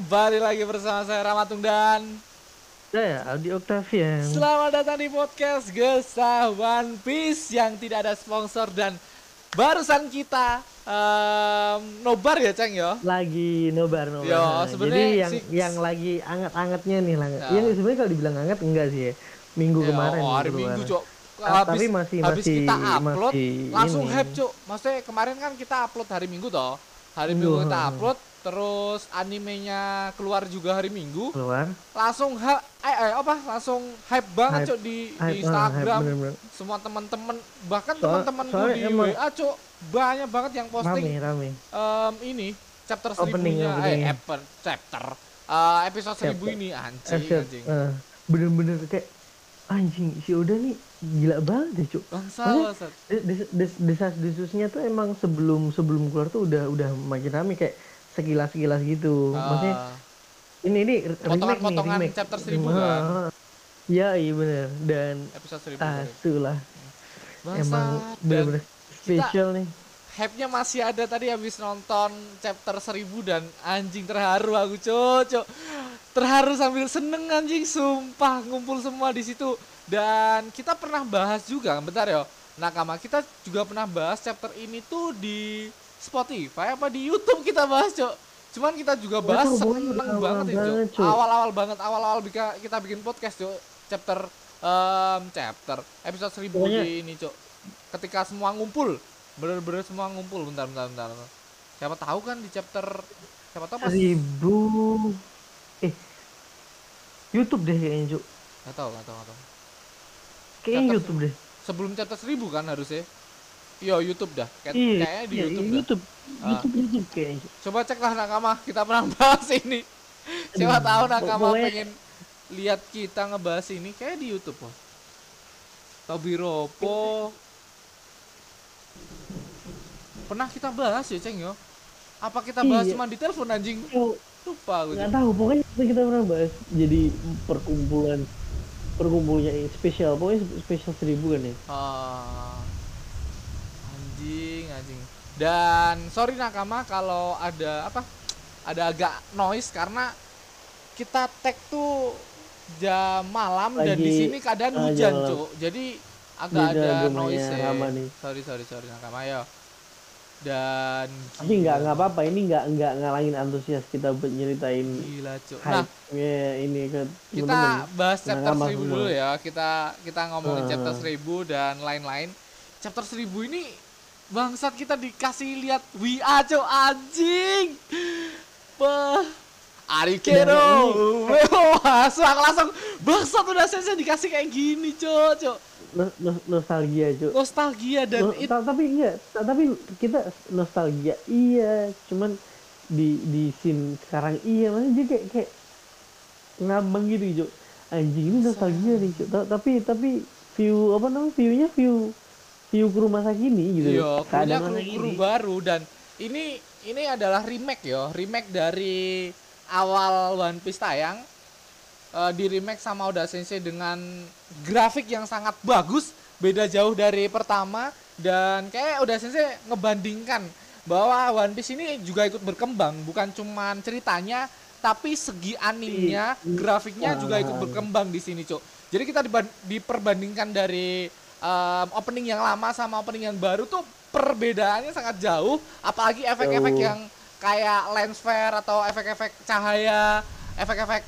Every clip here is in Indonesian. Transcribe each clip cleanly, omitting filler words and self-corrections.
Kembali lagi bersama saya Ramatung dan Saya Aldi Octavian. selamat datang di podcast Gesah One Piece yang tidak ada sponsor dan barusan kita nobar ya Ceng ya. Lagi nobar. Yo Jadi sebenarnya yang lagi anget-angetnya nih lah. Yang ya, sebenarnya kalau dibilang anget enggak sih ya. Minggu ya kemarin hari keluar. Minggu Cok. Tapi Habis kita upload langsung ini. hype Cok. Maksudnya kemarin kan kita upload hari Minggu toh. Hari Minggu kita upload, terus animenya keluar juga hari Minggu. Keluar. Langsung langsung hype banget Cok di Instagram. Bener-bener. Semua teman-teman, bahkan teman-temanku di emang WA Cok, banyak banget yang posting rame. ini chapter Opening. 1000-nya episode 1000 ini anjing. Bener-bener kayak anjing si Oda nih gila banget deh Cuk. Bangsat. Desas-desusnya tuh emang sebelum keluar tuh udah makin rame kayak sekilas gitu. Maksudnya ini potongan remake chapter 1000 kan. Ya iya bener. Dan Episode 1000 itulah emang bener-bener spesial nih. Hype-nya masih ada tadi habis nonton chapter 1000 dan anjing terharu aku cocok. Terharu sambil seneng anjing sumpah ngumpul semua di situ. Dan kita pernah bahas juga bentar ya. Nakama kita juga pernah bahas chapter ini tuh di Spotify apa di YouTube kita bahas, Cok. Cuman kita juga bahas seneng banget itu. Awal-awal kita bikin podcast, Cok. Chapter episode 1000 di ini, Cok. Ketika semua ngumpul, bener-bener semua ngumpul. Bentar. Siapa tahu kan di chapter pas 1000 YouTube deh kayaknya, Cuk. Enggak tahu. Kayaknya YouTube deh. Sebelum chapter 1000 kan harusnya. Iya, YouTube dah. Kayaknya di YouTube. YouTube kayaknya. Coba cek lah Nakama, kita pernah bahas ini. Siapa tahu Nakama pengen lihat kita ngebahas ini kayak di YouTube kok. Tobiropo. Pernah kita bahas ya, Ceng yo. Apa kita bahas cuma di telepon anjing? Lupa gue. Nggak tahu, pokoknya kita pernah bahas jadi perkumpulannya spesial, pokoknya spesial 1000 kan ya. Anjing. Dan sorry Nakama kalau ada agak noise karena kita tag tuh jam malam dan di sini keadaan hujan, Cuk. Jadi agak ada noise ya. Sorry Nakama ya. Dan tapi nggak apa-apa, ini nggak ngalangin antusias kita buat nyeritain gila Cuk. Nah ini ke kita bahas chapter 1000 dulu ya, kita ngomongin chapter 1000 dan lain-lain. Chapter 1000 ini bangsat kita dikasih lihat WA Cuk, anjing. Arikero. Langsung bangsat udah saya dikasih kayak gini Cuk. Nostalgia Cuk. Nostalgia dan tapi kita nostalgia iya, cuman di scene sekarang iya maksudnya kayak ngambang gitu Cuk. Anjing ini nostalgia nih Cuk. Tapi view-nya view ke rumah sakit ini gitu. Iya, kru baru dan ini adalah remake dari awal One Piece tayang. Di remake sama Oda Sensei dengan grafik yang sangat bagus, beda jauh dari pertama, dan kayak Oda Sensei ngebandingkan bahwa One Piece ini juga ikut berkembang, bukan cuman ceritanya tapi segi animnya, grafiknya juga ikut berkembang di sini, Cuk. Jadi kita diperbandingkan dari opening yang lama sama opening yang baru tuh perbedaannya sangat jauh, apalagi efek-efek yang kayak lens flare atau efek-efek cahaya, efek-efek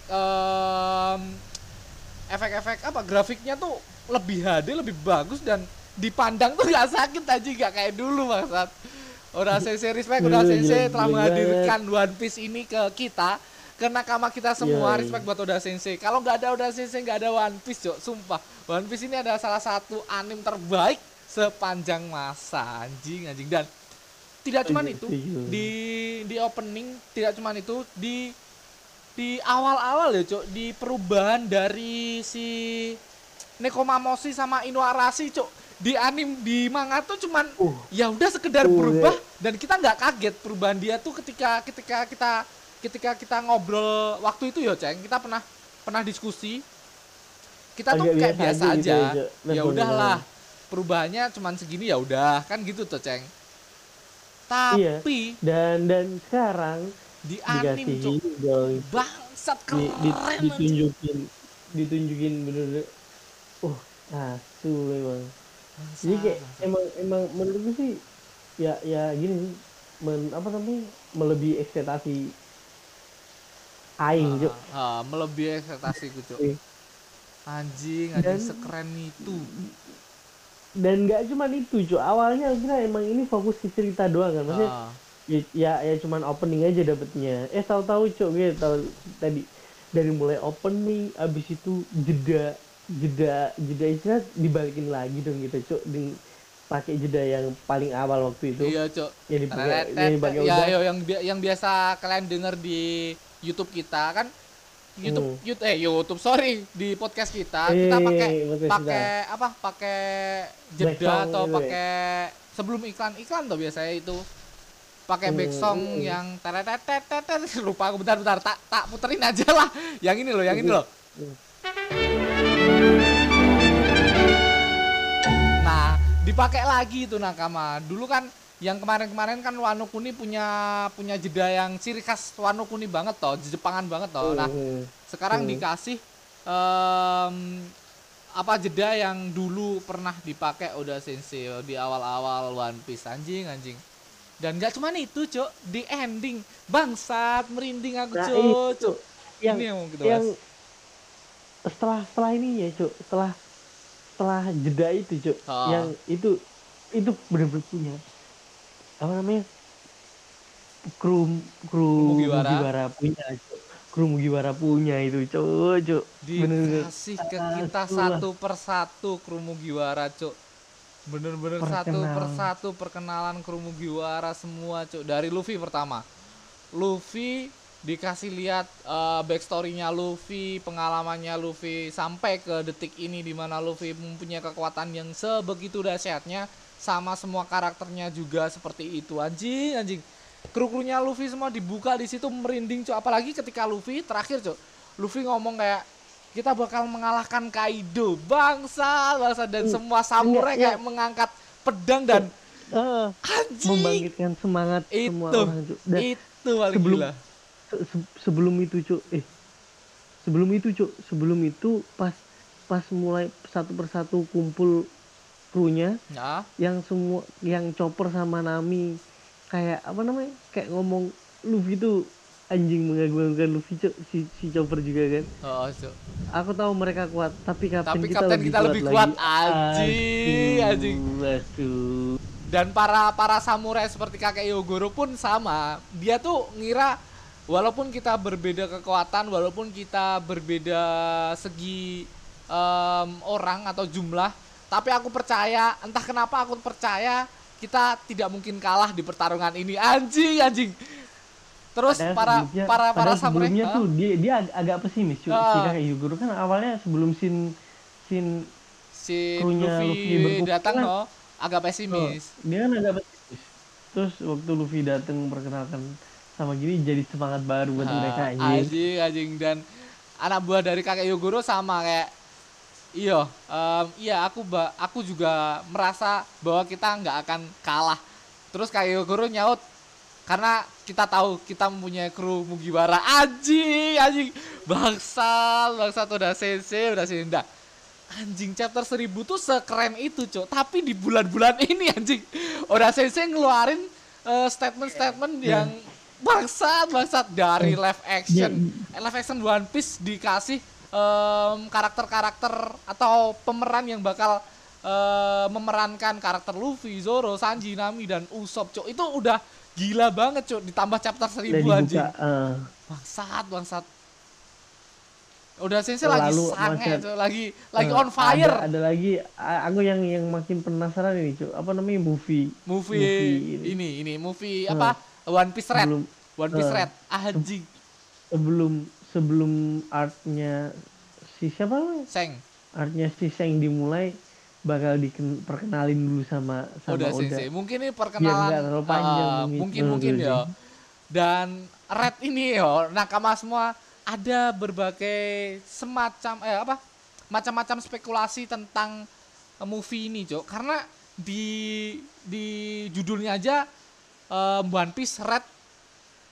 grafiknya tuh lebih HD, lebih bagus dan dipandang tuh gak sakit aja, gak kayak dulu maksud. Oda Sensei respect, Oda Sensei telah menghadirkan One Piece ini ke kita, ke nakama kita semua. Respect buat Oda Sensei. Kalau nggak ada Oda Sensei nggak ada One Piece, Cok. Sumpah, One Piece ini adalah salah satu anime terbaik sepanjang masa, anjing. Dan tidak cuma itu di opening, tidak cuma itu di awal-awal ya Cok, di perubahan dari si Nekomamushi sama Inuarashi Cok, di anime di manga tuh cuman ya udah sekedar berubah dan kita nggak kaget perubahan dia tuh ketika kita ngobrol waktu itu ya Ceng, kita pernah diskusi, kita tuh kayak biasa aja gitu, ya udahlah perubahannya cuman segini ya udah kan gitu tuh Ceng. Tapi dan sekarang Di anim, dikasih Cuk. ini dong, Bangsat di, keren anjing. ditunjukin bener-bener asu memang. Jadi Bangsat, kayak bangsat. emang menurutku sih ya gini sih, apa namanya, melebihi ekspektasi aing Cuk. Melebihi ekspektasiku, Cuk. Eh, Anjing, anjing dan sekeren itu. nggak cuma itu Cuk, awalnya aku kira emang ini fokus ke cerita doang kan, maksudnya Ah, ya cuman opening aja dapetnya, tahu-tahu Cuk, gitu tahu tadi dari mulai opening abis itu jeda jeda istilah dibalikin lagi dong gitu Cuk, pakai jeda yang paling awal waktu itu, iya, Cuk. yang Teretet, dipakai ya, udah. yo yang biasa kalian denger di YouTube kita kan. Hmm. YouTube, sorry, di podcast kita pakai Podcast kita pakai apa? Pakai Black jeda Song atau itu ya. pakai sebelum iklan tuh biasanya itu pakai back Hmm, song ini. yang teretetetetet, lupa aku, bentar tak puterin aja lah. Yang ini loh. Hmm. Nah, dipakai lagi itu Nakama. Dulu kan yang kemarin-kemarin kan Wano Kuni punya punya jeda yang ciri khas Wano Kuni banget toh, Jepangan banget toh. Nah, Hmm. sekarang Hmm. dikasih em, apa jeda yang dulu pernah dipakai Oda Sensei di awal-awal One Piece, anjing. Dan gak cuma itu, Cok, di ending bangsat merinding aku, Nah Cok. itu yang Ini yang mau kita yang bahas. setelah ini ya Cuk, setelah jeda itu Cuk, Oh, yang itu bener-bener punya apa namanya, kru kru Mugiwara Mugiwara punya Cuk. Kru Mugiwara punya itu Cuk, bener-bener dikasih ke kita itulah satu persatu kru Mugiwara, Cok. Bener-bener satu perkenalan. persatu perkenalan kru Mugiwara semua, Cok. Dari Luffy pertama. Luffy dikasih lihat backstory-nya Luffy, pengalamannya Luffy sampai ke detik ini di mana Luffy mempunyai kekuatan yang sebegitu dahsyatnya, sama semua karakternya juga seperti itu, anjing. Kru-krunya Luffy semua dibuka di situ, merinding, Cok. Apalagi ketika Luffy terakhir, Cok. Luffy ngomong kayak kita bakal mengalahkan Kaido, bangsa, dan Hmm, semua enggak samurai yang kayak mengangkat pedang dan eh, anjing. membangkitkan semangat semua Itu, orang Cuk. Dan itu paling sebelum gila. sebelum itu Cuk, sebelum itu pas pas mulai satu persatu kumpul krunya, Ya, yang semua yang Chopper sama Nami kayak apa namanya, kayak ngomong Luffy tuh anjing, mengagumkan Luffy Cuk, si Chopper juga kan, oh, Cok. aku tahu mereka kuat tapi kapten Tapi kita kapten lebih kita kuat lebih kuat, lagi. anjing. Aduh. Dan para samurai seperti kakek Yogoro pun sama. Dia tuh ngira walaupun kita berbeda kekuatan, walaupun kita berbeda segi orang atau jumlah, tapi aku percaya, entah kenapa aku percaya kita tidak mungkin kalah di pertarungan ini, anjing. Terus Padahal para sebelumnya para para padahal samurai, sebelumnya tuh dia agak pesimis Cuk. Si kakek Yuguru kan awalnya sebelum sin si krunya Luffy Luffy berkumpul datang kan, no, agak oh, pesimis. dia kan agak pesimis. Terus waktu Luffy datang perkenalkan sama gini, jadi semangat baru buat mereka anjing. Anjing, dan anak buah dari kakek Yogoro sama kayak iya, aku juga merasa bahwa kita nggak akan kalah. Terus kakek Yogoro nyaut, karena kita tahu kita mempunyai kru Mugiwara, anjing. Bangsa tuh udah sensei udah sinda. Anjing, chapter 1000 tuh sekeren itu, Cok. Tapi di bulan-bulan ini, anjing, Oda Sensei ngeluarin statement-statement yang Nah, bangsat dari eh, dia live action One Piece dikasih karakter-karakter atau pemeran yang bakal memerankan karakter Luffy, Zoro, Sanji, Nami, dan Usopp, Cok. Itu udah gila banget, Cok. Ditambah chapter udah 1000, dibuka, anjing. Bangsat. Udah Sensei lagi lalu sange, masih Cok. Lagi on fire. ada lagi, aku yang makin penasaran ini Cuk, apa namanya, movie Movie ini. ini movie Eh, apa, One Piece Red. sebelum One Piece eh, Red, se- anjing. sebelum sebelum artnya si siapa namanya? Seng, Artnya si Seng dimulai, bakal diperkenalin dulu sama Oda Oda, Sensei. Mungkin ini biar nggak perkenalan, terlalu panjang mungkin menurut sih. ya. Dan Red ini yo, nakama semua, ada berbagai semacam macam-macam spekulasi tentang movie ini, Cok. Karena di judulnya aja One Piece Red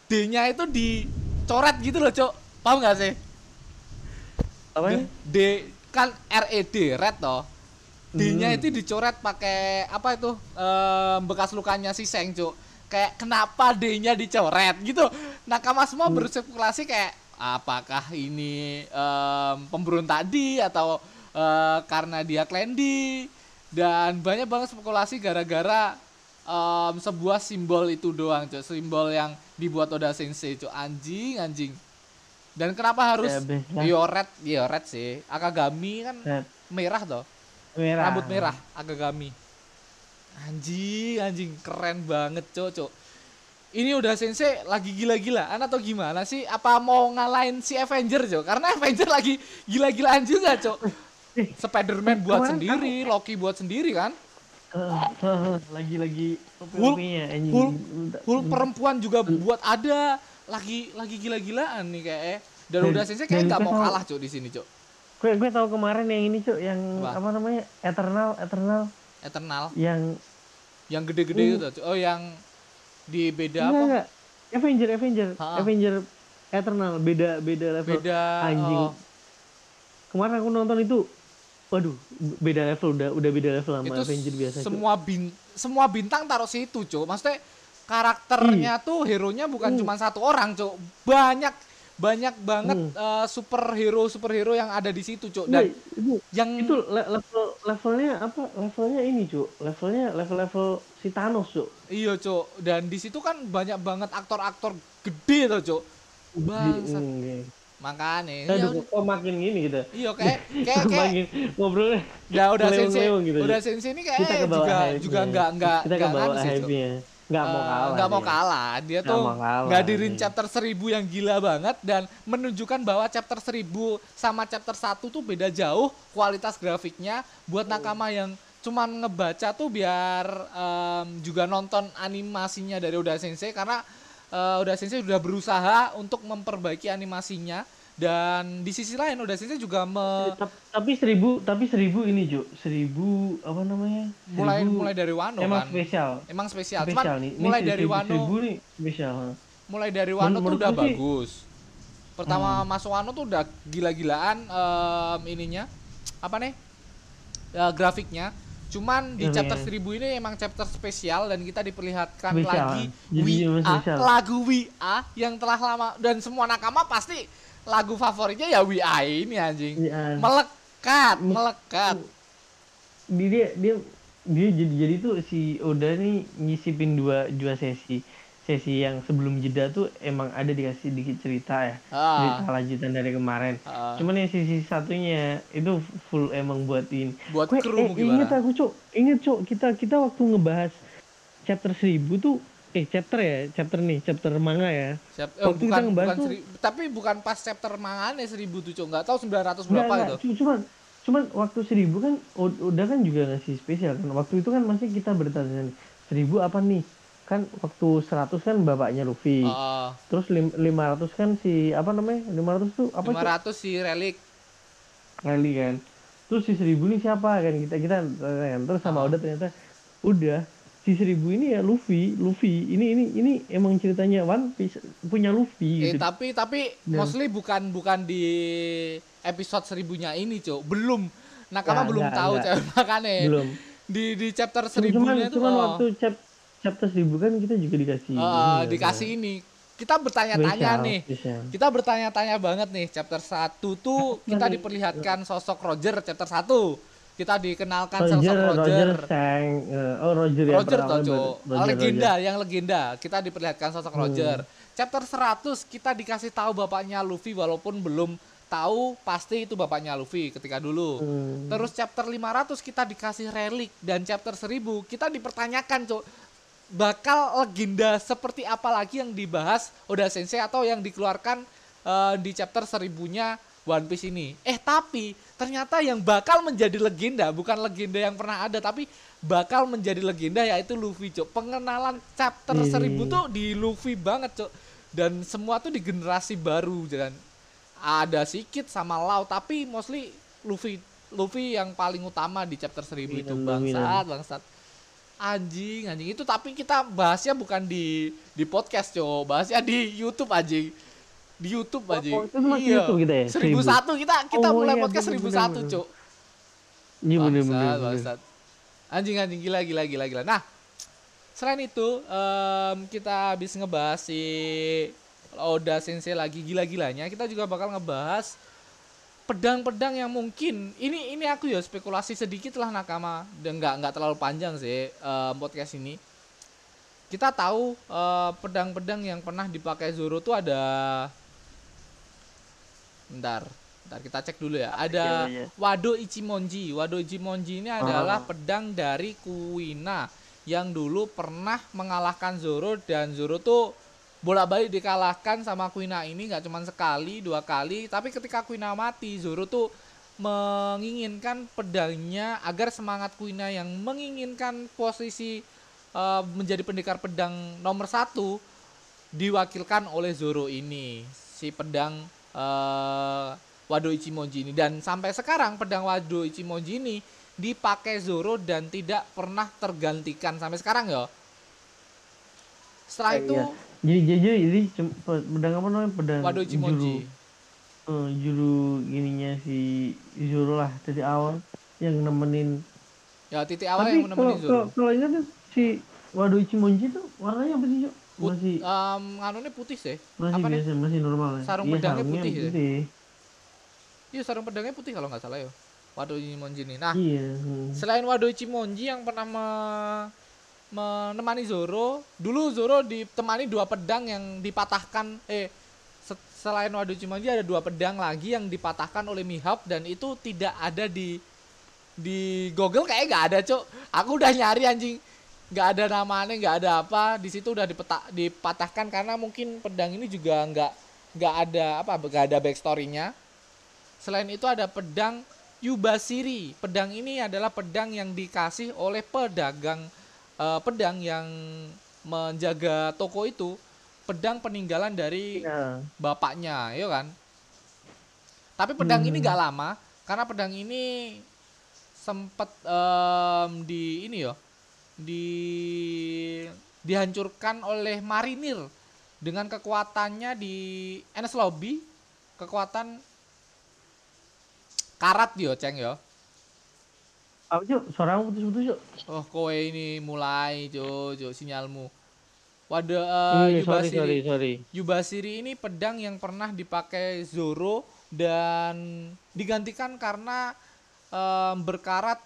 D-nya itu dicoret gitu loh, Cok. Paham nggak sih? Apa ya? D kan RED, red toh. D-nya itu dicoret pakai apa itu? Bekas lukanya si Seng, Cok. Kayak kenapa D-nya dicoret gitu. Nakama semua berspekulasi kayak apakah ini pemberontak D atau karena dia clan D, dan banyak banget spekulasi gara-gara sebuah simbol itu doang, Cok. Simbol yang dibuat Oda Sensei, Cok. Anjing. Dan kenapa harus red sih. Akagami kan merah toh. Rambut merah Akagami. Anjing, keren banget, Cok. Ini Oda Sensei lagi gila-gilaan atau gimana sih? Apa mau ngalahin si Avenger, Cok? Karena Avenger lagi gila-gilaan juga, Cok. Spider-Man buat sendiri, Loki buat sendiri kan? Lagi Hulk perempuan juga buat ada. Lagi gila-gilaan nih kayak. Dan Oda Sensei kayak nggak mau kalah, Cok, di sini, Cok. Gue tahu kemarin yang ini, Cok, yang apa namanya? Eternal. Yang gede-gede itu, Cok. Oh, yang di beda enggak. Avenger Eternal beda level. Anjing. Kemarin aku nonton itu, waduh, beda level, udah beda level sama itu Avenger biasa. Semua bintang taruh situ, Cok. Maksudnya karakternya tuh hero-nya bukan cuma satu orang, Cok. Banyak banget superhero yang ada di situ, Cok. Dan itu levelnya apa? Levelnya ini, Cok. Level si Thanos, Cok. Iya, Cok. Dan di situ kan banyak banget aktor-aktor gede tuh, Cok. Bangsat. Makanya kok makin gini gitu. Iya, kayak makin ngobrolnya. Ya udah Sensei ini kayak juga enggak hype-nya. Enggak mau kalah. Dia tuh ngadirin chapter 1000 yang gila banget dan menunjukkan bahwa chapter 1000 sama chapter 1 tuh beda jauh kualitas grafiknya. Buat nakama yang cuman ngebaca tuh biar juga nonton animasinya dari Oda Sensei, karena Oda Sensei udah berusaha untuk memperbaiki animasinya. Dan di sisi lain Oda Sensei juga tapi 1000 ini, Cuk. 1000 apa namanya? Mulai dari Wano emang kan. Emang spesial. Cuman nih. Mulai dari Wano 1000 nih spesial. Mulai dari Wano tuh udah bagus. Pertama masuk Wano tuh udah gila-gilaan ininya. Apa nih? Grafiknya. Cuman di chapter 1000 ini emang chapter spesial dan kita diperlihatkan lagi lagu WA yang telah lama, dan semua nakama pasti lagu favoritnya ya WA ini, anjing. Melekat. Dia jadi tuh si Oda nih nyisipin dua sesi yang sebelum jeda tuh emang ada dikasih dikit cerita ya, cerita lanjutan dari kemarin. Cuman yang sisi satunya itu full emang buat kru gimana? Ingat Cok, kita waktu ngebahas chapter 1000 tuh chapter manga ya. Waktu kita ngebahas tuh, tapi bukan pas chapter manganya 1000 tuh, Cok. Enggak tahu 900 berapa itu. Cuman waktu 1000 kan udah kan juga ngasih spesial kan. Waktu itu kan masih kita bertanya 1000 apa nih? Kan waktu 100 kan bapaknya Luffy. Terus 500 kan si apa namanya? 500 tuh apa? 500 si Relic kan. Terus si 1000 ini siapa kan, kita terus sama Oda ternyata udah si 1000 ini ya Luffy. Ini emang ceritanya One Piece punya Luffy gitu. Tapi mostly bukan di episode 1000-nya ini, Cok. Belum. Nakama belum tahu, makanya. Belum. Di chapter 1000-nya itu cuman waktu chapter 1000 kan kita juga dikasih ini. Kita bertanya-tanya nih. Kita bertanya-tanya banget nih. Chapter 1 tuh kita diperlihatkan sosok Roger chapter 1. Kita dikenalkan sosok Roger. Roger toh, legenda. Kita diperlihatkan sosok Roger. Chapter 100 kita dikasih tahu bapaknya Luffy, walaupun belum tahu pasti itu bapaknya Luffy ketika dulu. Terus chapter 500 kita dikasih Relic, dan chapter 1000 kita dipertanyakan, Cok, bakal legenda seperti apa lagi yang dibahas Oda Sensei atau yang dikeluarkan di chapter 1000-nya One Piece ini. Tapi ternyata yang bakal menjadi legenda bukan legenda yang pernah ada, tapi bakal menjadi legenda yaitu Luffy, Cok. Pengenalan chapter 1000 tuh di Luffy banget, Cok. Dan semua tuh di generasi baru, dan ada Sikit sama Lau, tapi mostly Luffy yang paling utama di chapter 1000 itu. Bangsat. Anjing itu, tapi kita bahasnya bukan di podcast, Cok. Bahasnya di YouTube anjing. Di YouTube anjing. Oh, itu masih Iya. YouTube kita ya? 1001 kita Oh mulai iya, podcast bener, 1001, bener. Cok. Iya bener. Bangsat. Anjing gila. Nah, selain itu kita habis ngebahas si Oda Sensei lagi gila-gilanya, kita juga bakal ngebahas pedang-pedang yang mungkin ini aku ya spekulasi sedikit lah nakama, dan nggak terlalu panjang sih podcast ini. Kita tahu pedang-pedang yang pernah dipakai Zoro tuh ada, bentar kita cek dulu ya. Ada Iya. Wado Ichimonji. Wado Ichimonji ini adalah pedang dari Kuina yang dulu pernah mengalahkan Zoro, dan Zoro tuh bolak-balik dikalahkan sama Kuina ini nggak cuma sekali, 2 kali, tapi ketika Kuina mati, Zoro tuh menginginkan pedangnya agar semangat Kuina yang menginginkan posisi menjadi pendekar pedang nomor 1 diwakilkan oleh Zoro ini, si pedang Wado Ichimonji ini. Dan sampai sekarang pedang Wado Ichimonji ini dipakai Zoro dan tidak pernah tergantikan sampai sekarang ya. Setelah itu Jadi pedang apa namanya, pedang Wado Ichimonji. Juru ininya si Zoro lah dari awal yang nemenin. Ya titik awal yang menemani Zoro. Kalau ingat tuh si Wado Ichimonji tuh warnanya apa sih, Cok? Masih nganunya putih sih. masih Apa biasa, masih normal ya. Sarung Iya, pedangnya sarungnya putih ya? putih. Iya, sarung pedangnya putih kalau nggak salah ya. Wado Ichimonji ini. Nah, Iya. selain Wado Ichimonji yang pernah menemani Zoro, dulu Zoro ditemani 2 pedang yang dipatahkan. Selain Wado Ichimonji ada 2 pedang lagi yang dipatahkan oleh Mihawk, dan itu tidak ada di Google, kayak nggak ada, Cok. Aku udah nyari anjing, nggak ada namanya, nggak ada apa. Di situ udah dipatahkan karena mungkin pedang ini juga nggak ada backstory-nya. Selain itu ada pedang Yubashiri. Pedang ini adalah pedang yang dikasih oleh pedagang pedang yang menjaga toko itu, pedang peninggalan dari bapaknya, ya kan? Tapi pedang ini nggak lama, karena pedang ini sempat dihancurkan oleh marinir dengan kekuatannya di Enies Lobby, kekuatan karat yo, Ceng yo. Apa, Cok? Suaramu putus-putus, Cok. Oh, kowe ini mulai, Cok, sinyalmu. Waduh, Sorry. Yubashiri ini pedang yang pernah dipakai Zoro dan digantikan karena berkarat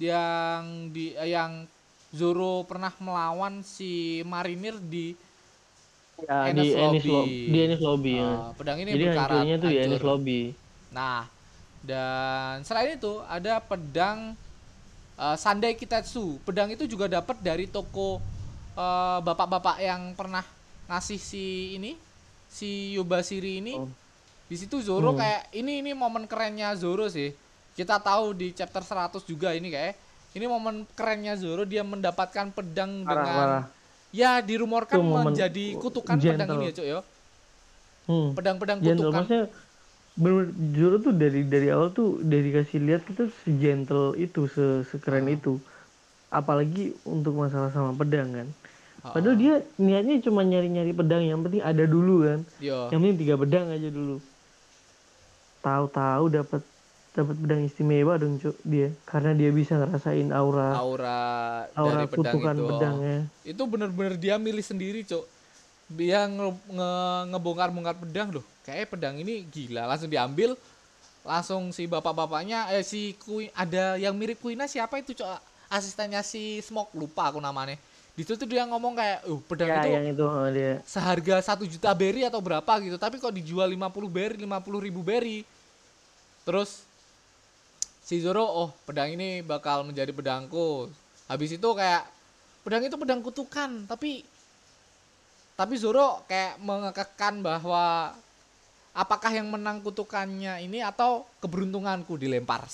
yang Zoro pernah melawan si marinir di Enies Lobby ya. Pedang ini jadi berkarat. hancurnya tuh di Enies Lobby. Nah, dan selain itu ada pedang Sandai Kitetsu. Pedang itu juga dapat dari toko bapak-bapak yang pernah ngasih si Yubashiri ini. Di situ Zoro kayak ini momen kerennya Zoro sih. Kita tahu di chapter 100 juga ini kayak ini momen kerennya Zoro, dia mendapatkan pedang dengan ya dirumorkan menjadi kutukan gentle. Pedang ini ya, Cok ya. Pedang-pedang kutukan. Maksudnya Zoro tuh dari awal tuh dari kasih lihat itu segentle itu, sekeren itu. Apalagi untuk masalah sama pedang kan. Padahal dia niatnya cuma nyari-nyari pedang, yang penting ada dulu kan. Yang penting 3 pedang aja dulu. Tahu-tahu dapat pedang istimewa dong, Cuk, dia. Karena dia bisa ngerasain aura dari kutukan pedangnya. Itu bener-bener dia milih sendiri, Cuk. Dia ngebongkar-bongkar pedang loh. Kayak pedang ini gila, langsung diambil. Langsung si bapak-bapaknya si Queen, ada yang mirip Queen siapa itu, Cuk? Asistennya si Smoke, lupa aku namanya. Di situ dia ngomong kayak, pedang ya, itu yang itu dia seharga 1 juta berry atau berapa gitu, tapi kok dijual 50.000 berry. Terus si Zoro, pedang ini bakal menjadi pedangku. Habis itu kayak pedang itu pedang kutukan, tapi Zoro kayak mengekekkan bahwa apakah yang menang kutukannya ini atau keberuntunganku, dilempar.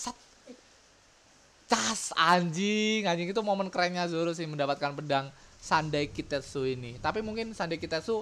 Cas, anjing itu momen kerennya Zoro sih, mendapatkan pedang Sandai Kitetsu ini. Tapi mungkin Sandai Kitetsu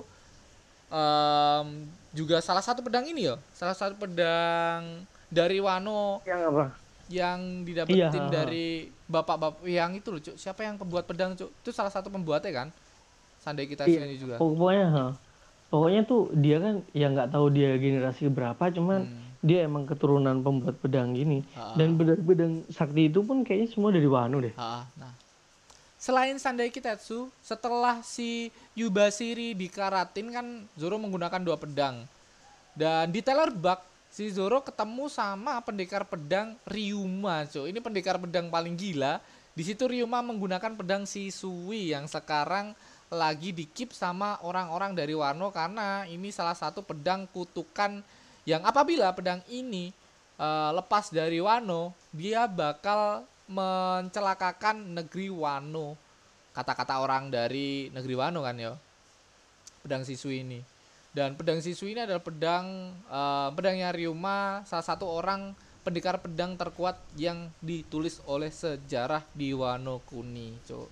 juga salah satu pedang ini ya, salah satu pedang dari Wano yang apa? yang Iya, didapetin dari bapak-bapak yang itu loh, Cuk. Siapa yang pembuat pedang, Cuk? Itu salah satu pembuatnya kan? Sandai iya. Kitetsu ini juga. Pokoknya tuh dia kan ya nggak tahu dia generasi berapa, cuman Hmm. dia emang keturunan pembuat pedang gini. Dan Ha, pedang-pedang sakti itu pun kayaknya semua dari Wano deh. Nah, selain Sandai Kitetsu, setelah si Yubashiri dikaratin kan Zoro menggunakan 2 pedang. Dan di Tailor Bug, si Zoro ketemu sama pendekar pedang Ryuma, Cuk. Ini pendekar pedang paling gila. Di situ Ryuma menggunakan pedang Shisui yang sekarang lagi dikip sama orang-orang dari Wano karena ini salah satu pedang kutukan yang apabila pedang ini lepas dari Wano, dia bakal mencelakakan negeri Wano. Kata-kata orang dari negeri Wano kan ya. Pedang Shisui ini. Dan pedang Shisui ini adalah pedangnya Ryuma, salah satu orang pendekar pedang terkuat yang ditulis oleh sejarah di Wano Kuni, Cuk.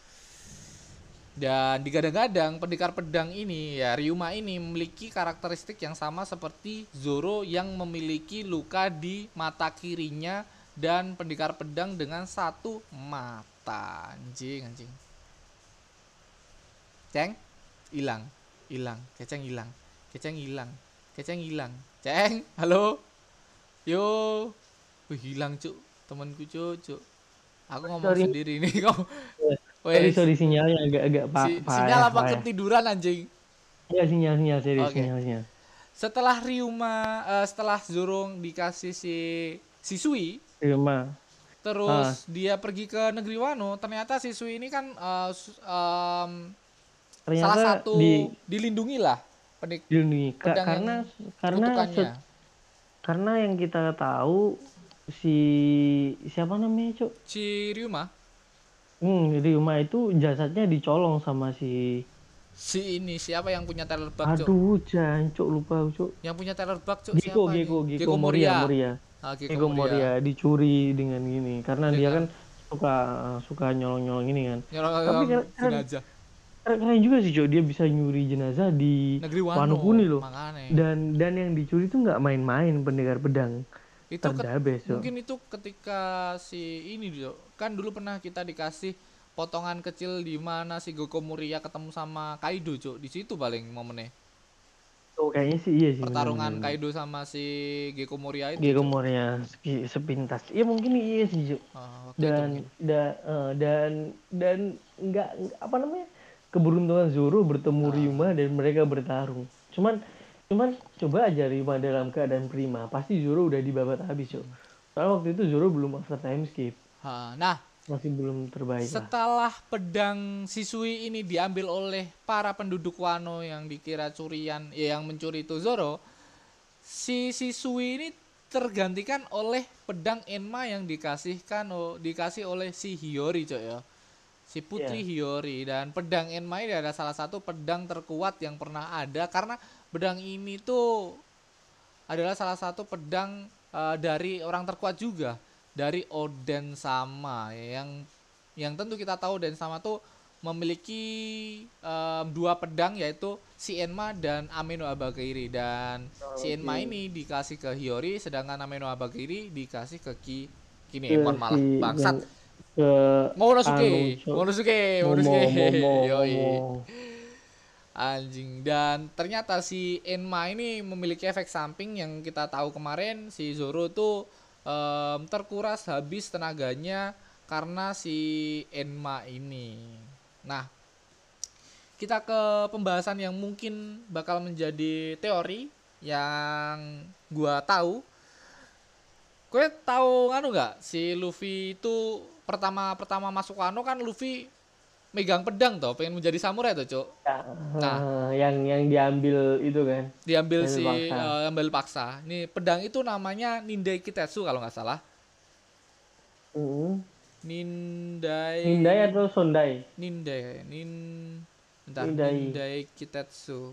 Dan digadang-gadang pendekar pedang ini ya Ryuma ini memiliki karakteristik yang sama seperti Zoro yang memiliki luka di mata kirinya dan pendekar pedang dengan 1 mata. Anjing. Ceng, hilang. Keceng hilang. Ceng, halo. Yo. Wih, hilang, Cuk. Temanku, Cuk. Aku ngomong Sorry, sendiri nih kok. sorry, Wes. sinyalnya agak-agak Sinyal payah, apa payah. ketiduran anjing? Ya, sinyal serius, Oke. sinyal. Setelah Zoro dikasih si Shisui, Terima. Ah, terus dia pergi ke negeri Wano, ternyata Shisui ini kan salah ternyata satu dilindungi lah dilindungi pedang yang karena karena kutukannya. karena yang kita tahu si siapa namanya, Cuk? Si Ryuma, Ryuma itu jasadnya dicolong sama si. si ini siapa yang punya Tailor Bug, Cuk? Aduh, jancuk lupa, Cuk. Yang punya Tailor Bug, Cuk, Geko, siapa ini? Geko Moria, Moria. Moria. Geko Geko Moria. Moria dicuri dengan gini karena dia Dengan kan suka suka nyolong-nyolong ini kan. Tapi nyolong keren, jenazah keren juga sih, Cuk. Dia bisa nyuri jenazah di negeri Wano Wano, Kuni loh. makanya. Dan yang dicuri itu nggak main-main, pendekar pedang. Itu Terdabes, Cuk. mungkin itu ketika si ini Cuk. Kan dulu pernah kita dikasih potongan kecil di mana si Geko Moria ketemu sama Kaido, Cuk. Di situ paling momennya. Oh, kayaknya sih iya sih, Pertarungan benar-benar. Kaido sama si Geko Moria itu, Geko Cuk. Moria sepintas. Iya mungkin iya sih, Cuk. Waktu itu Dan mungkin. dan nggak apa namanya, keberuntungan Zoro bertemu Ryuma Ah, dan mereka bertarung. Cuman coba aja Ryuma dalam keadaan prima, pasti Zoro udah dibabat habis, Cuk. Soalnya waktu itu Zoro belum after time skip, Nah, masih belum terbaik lah. setelah pedang Shisui ini diambil oleh para penduduk Wano yang dikira curian, ya yang mencuri itu Zoro, si Shisui ini tergantikan oleh pedang Enma yang dikasih oleh si Hiyori, Cok ya. Si Putri Iya. Hiyori. Dan pedang Enma ini adalah salah satu pedang terkuat yang pernah ada karena pedang ini tuh adalah salah satu pedang dari orang terkuat juga, dari Oden Sama yang tentu kita tahu Oden Sama tuh memiliki 2 pedang yaitu si Enma dan Ameno Abagiri, dan si Enma Oke. ini dikasih ke Hiyori sedangkan Ameno Abagiri dikasih ke Ke Kinemon si malah yang bangsat. ke anu, Momonosuke, Cuk. Momonosuke, Momo Momo Momo. yoi. Anjing. Dan ternyata si Enma ini memiliki efek samping yang kita tahu kemarin si Zoro tuh terkuras habis tenaganya karena si Enma ini. Nah, kita ke pembahasan yang mungkin bakal menjadi teori yang gua tahu. Gue tahu nganu nggak si Luffy itu pertama masuk Wano kan Luffy megang pedang toh, pengen menjadi samurai tuh, Cuk. Ya, Nah, yang diambil itu kan, diambil diambil si paksa. ambil paksa. Nih pedang itu namanya Nindai Kitetsu kalau nggak salah. Mm. Nindai Hyundai atau Sondai? Nindai bentar, Hyundai. Nindai Kitetsu.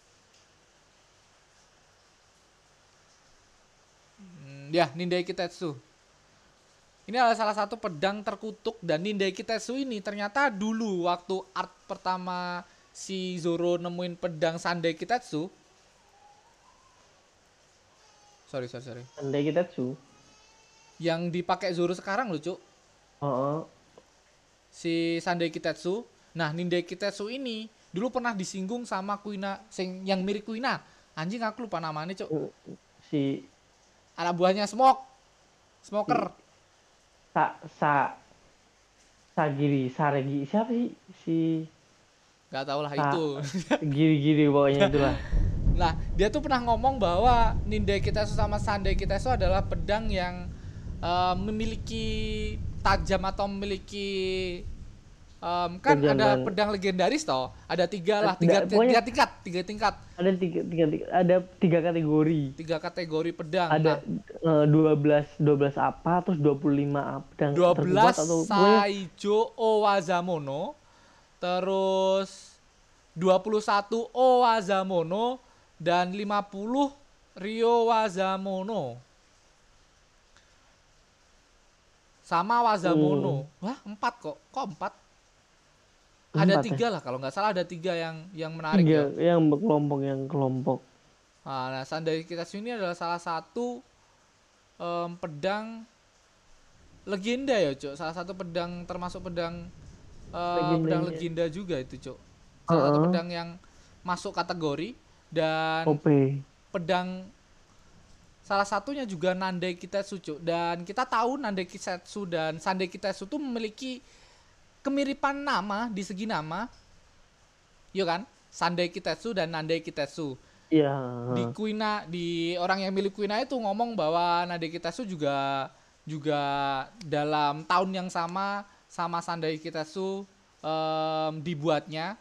Ya, Nindai Kitetsu. Ini adalah salah satu pedang terkutuk, dan Nindai Kitetsu ini ternyata dulu waktu art pertama si Zoro nemuin pedang Sandai Kitetsu. Sorry. Hyundai Kitetsu. yang dipakai Zoro sekarang loh, Cuk. Oh, Si Sandai Kitetsu. Nah, Nindai Kitetsu ini dulu pernah disinggung sama Kuina yang mirip Kuina. Anjing aku lupa namanya, Cuk. oh. Si Anak buahnya Smoker. si sa sa Sagiri Saregi siapa sih si Gak tau lah sa itu. giri-giri pokoknya itulah. Nah, dia tuh pernah ngomong bahwa Nindai Kitetsu sama Sandai Kitetsu adalah pedang yang memiliki tajam atau memiliki kan ada Kejaman. pedang legendaris toh, ada tiga lah, Pokoknya tiga tingkat, ada ada tiga kategori. tiga kategori pedang. Ada Nah, 12 apa terus 25 pedang terkuat 12 atau pokoknya Saijo Owazamono, terus 21 Owazamono dan 50 Ryowazamono sama Wazamono. Wah, 4 kok. Kok 4? Ada 3 lah kalau nggak salah, ada 3 yang menarik tiga ya. yang kelompok. Nah, Sandai Kitetsu ini adalah salah satu pedang legenda ya, Cuk. Salah satu pedang termasuk pedang pedang legenda juga itu, Cuk. Salah satu pedang yang masuk kategori dan OP. pedang salah satunya juga Nandai Kitetsu, Cuk. Dan kita tahu Nandai Kitetsu dan Sandai Kitetsu itu memiliki kemiripan nama di segi nama. Iya kan? Sandai Kitetsu dan Nandai Kitetsu. Iya. Di Kuina, di orang yang milik Kuina itu ngomong bahwa Nandai Kitetsu juga dalam tahun yang sama Sandai Kitetsu dibuatnya.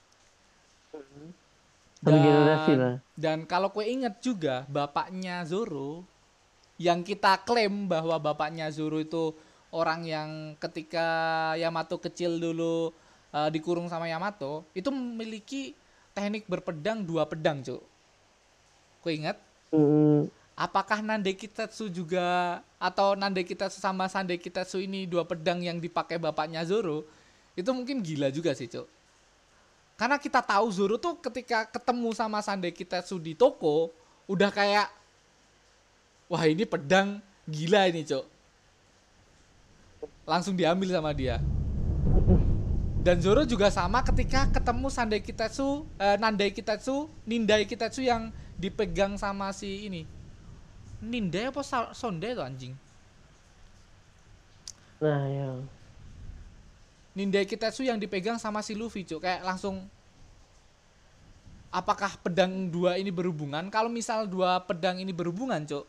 Satu generasi lah. Dan kalau kue inget juga bapaknya Zoro yang kita klaim bahwa bapaknya Zoro itu orang yang ketika Yamato kecil dulu dikurung sama Yamato itu memiliki teknik berpedang 2 pedang, Cuk. Kue inget? Apakah Nandai Kitetsu juga atau Nandai Kitetsu sama Sandai Kitetsu ini 2 pedang yang dipakai bapaknya Zoro? Itu mungkin gila juga sih, Cuk. Karena kita tahu Zoro tuh ketika ketemu sama Sandai Kitetsu di toko udah kayak wah, ini pedang gila ini, Cuk. Langsung diambil sama dia. Dan Zoro juga sama ketika ketemu Nandai Kitetsu, Nindai Kitetsu yang dipegang sama si ini. Nindai apa Sonde tuh anjing? Nah, yang Nindai Kitetsu yang dipegang sama si Luffy, Cuk. Kayak langsung apakah pedang 2 ini berhubungan? Kalau misal 2 pedang ini berhubungan, Cuk.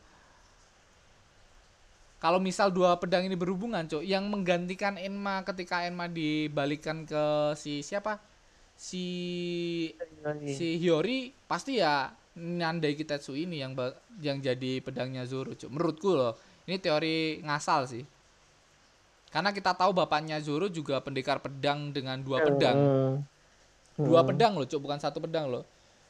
Kalau misal 2 pedang ini berhubungan, Cuk, yang menggantikan Enma ketika Enma dibalikan ke si siapa? Si Hiyori pasti ya Nandai Kitetsu ini yang jadi pedangnya Zoro, Cuk. Menurutku loh. Ini teori ngasal sih. Karena kita tahu bapaknya Zoro juga pendekar pedang dengan 2 pedang. 2 pedang loh, Cuk, bukan 1 pedang loh.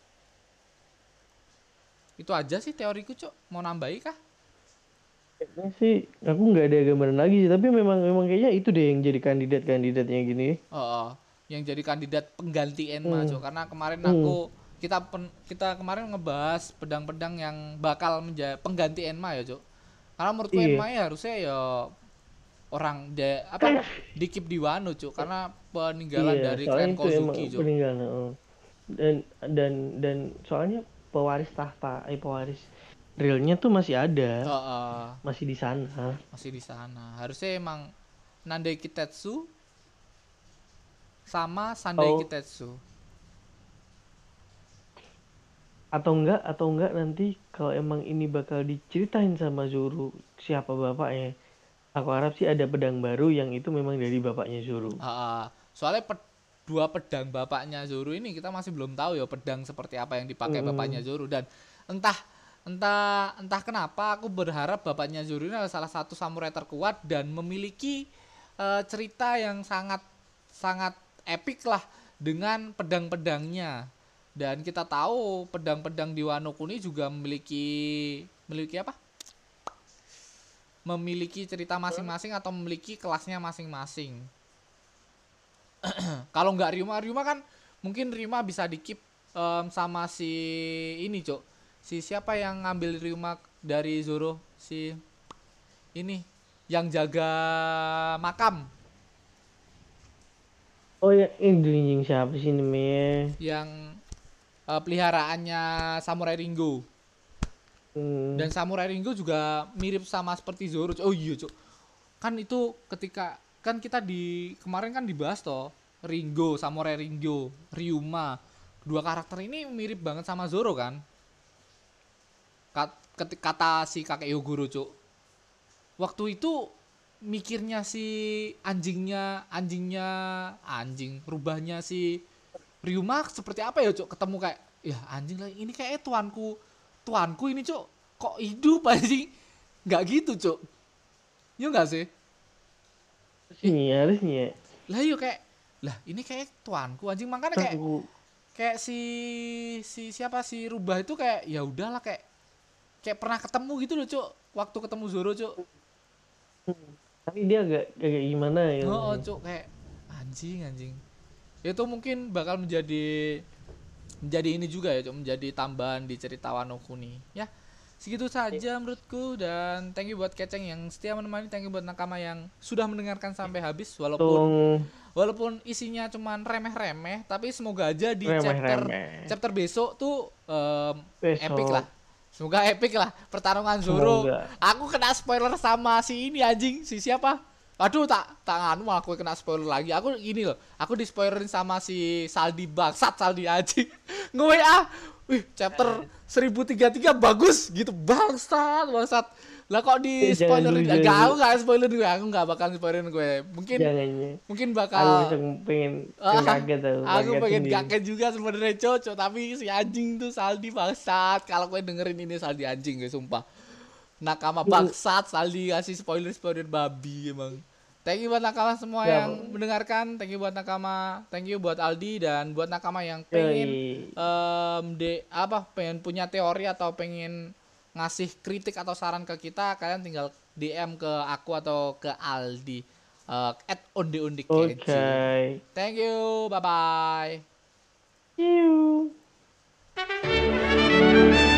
Itu aja sih teoriku, Cuk. Mau nambahi kah? kayaknya sih aku nggak ada gambaran lagi sih, tapi memang kayaknya itu deh yang jadi kandidatnya gini. Yang jadi kandidat pengganti Enma, Cuk. Karena kemarin kita kemarin ngebahas pedang-pedang yang bakal menjadi pengganti Enma ya, Cuk. Karena menurutku Enma ya harusnya ya orang dikip di Wano, Cuk, karena peninggalan dari klan Kozuki, Cuk. Peninggalan. Dan soalnya pewaris tahta, pewaris realnya tuh masih ada. Masih di sana. Masih di sana. Harusnya emang Nandai Kitetsu sama Sandai Kitetsu. Atau enggak nanti kalau emang ini bakal diceritain sama Zoro siapa bapaknya. Aku harap sih ada pedang baru yang itu memang dari bapaknya Zoro. Soalnya 2 pedang bapaknya Zoro ini kita masih belum tahu ya pedang seperti apa yang dipakai bapaknya Zoro. Dan entah kenapa aku berharap bapaknya Zoro ini adalah salah satu samurai terkuat dan memiliki cerita yang sangat epik lah dengan pedang-pedangnya. Dan kita tahu pedang-pedang di Wano Kuni juga memiliki apa? Memiliki cerita masing-masing atau memiliki kelasnya masing-masing. Kalau nggak Ryuma kan mungkin Ryuma bisa dikip sama si ini, Cuk. Si siapa yang ngambil Ryuma dari Zoro? Si ini yang jaga makam, Oh ya, ini siapa sih namanya? yang peliharaannya Samurai Ringo. Hmm. Dan Samurai Ringo juga mirip sama seperti Zoro. Oh iya, Cuk. Kan itu ketika kan kita di kemarin kan dibahas toh Ringo, Samurai Ringo, Ryuma. Dua karakter ini mirip banget sama Zoro kan? Kata si kakek Yogoro, Cuk. Waktu itu mikirnya si anjing rubahnya si Ryuma seperti apa ya, Cuk? Ketemu kayak ya anjing lagi ini kayak tuanku ini, Cuk. Kok hidup anjing? Nggak gitu, Cuk. Iya nggak sih? Harusnya. Lah yuk kayak lah ini kayak tuanku anjing, makanya kayak Aku. kayak si siapa si rubah itu kayak ya udahlah kayak pernah ketemu gitu loh, Cuk. Waktu ketemu Zoro, Cuk. Tapi dia agak kayak gimana ya? Oh, Cuk, kayak anjing. Itu mungkin bakal menjadi ini juga ya, Cuk, menjadi tambahan di cerita Wano Kuni. Ya, segitu saja menurutku, dan thank you buat Keceng yang setia menemani, thank you buat Nakama yang sudah mendengarkan sampai habis walaupun isinya cuman remeh-remeh, tapi semoga aja di chapter besok tuh epic lah. Semoga epic lah pertarungan Zoro. Aku kena spoiler sama si ini anjing, si siapa? Aduh, tanganmu aku kena spoiler lagi. Aku ini loh, aku di spoilerin sama si Saldi, bangsat Saldi anjing. Nge-WA, wih chapter 1033 bagus gitu, bangsat. Lah kok di spoilerin? Enggak spoiler gue, aku enggak bakal spoilerin gue. Mungkin bakal aku pengen kaget tuh. Aku pengen kaget juga sebenarnya, Cocok, tapi si anjing tuh Saldi bangsat. Kalau gue dengerin ini Saldi anjing gue sumpah. Nakama bangsat, Saldi kasih spoiler babi emang. Thank you buat Nakama semua yang mendengarkan. Thank you buat Nakama, thank you buat Aldi, dan buat Nakama yang pengen pengen punya teori atau pengen ngasih kritik atau saran ke kita, kalian tinggal DM ke aku atau ke Aldi @ondeondekeji. Okay. Thank you, bye bye. See you.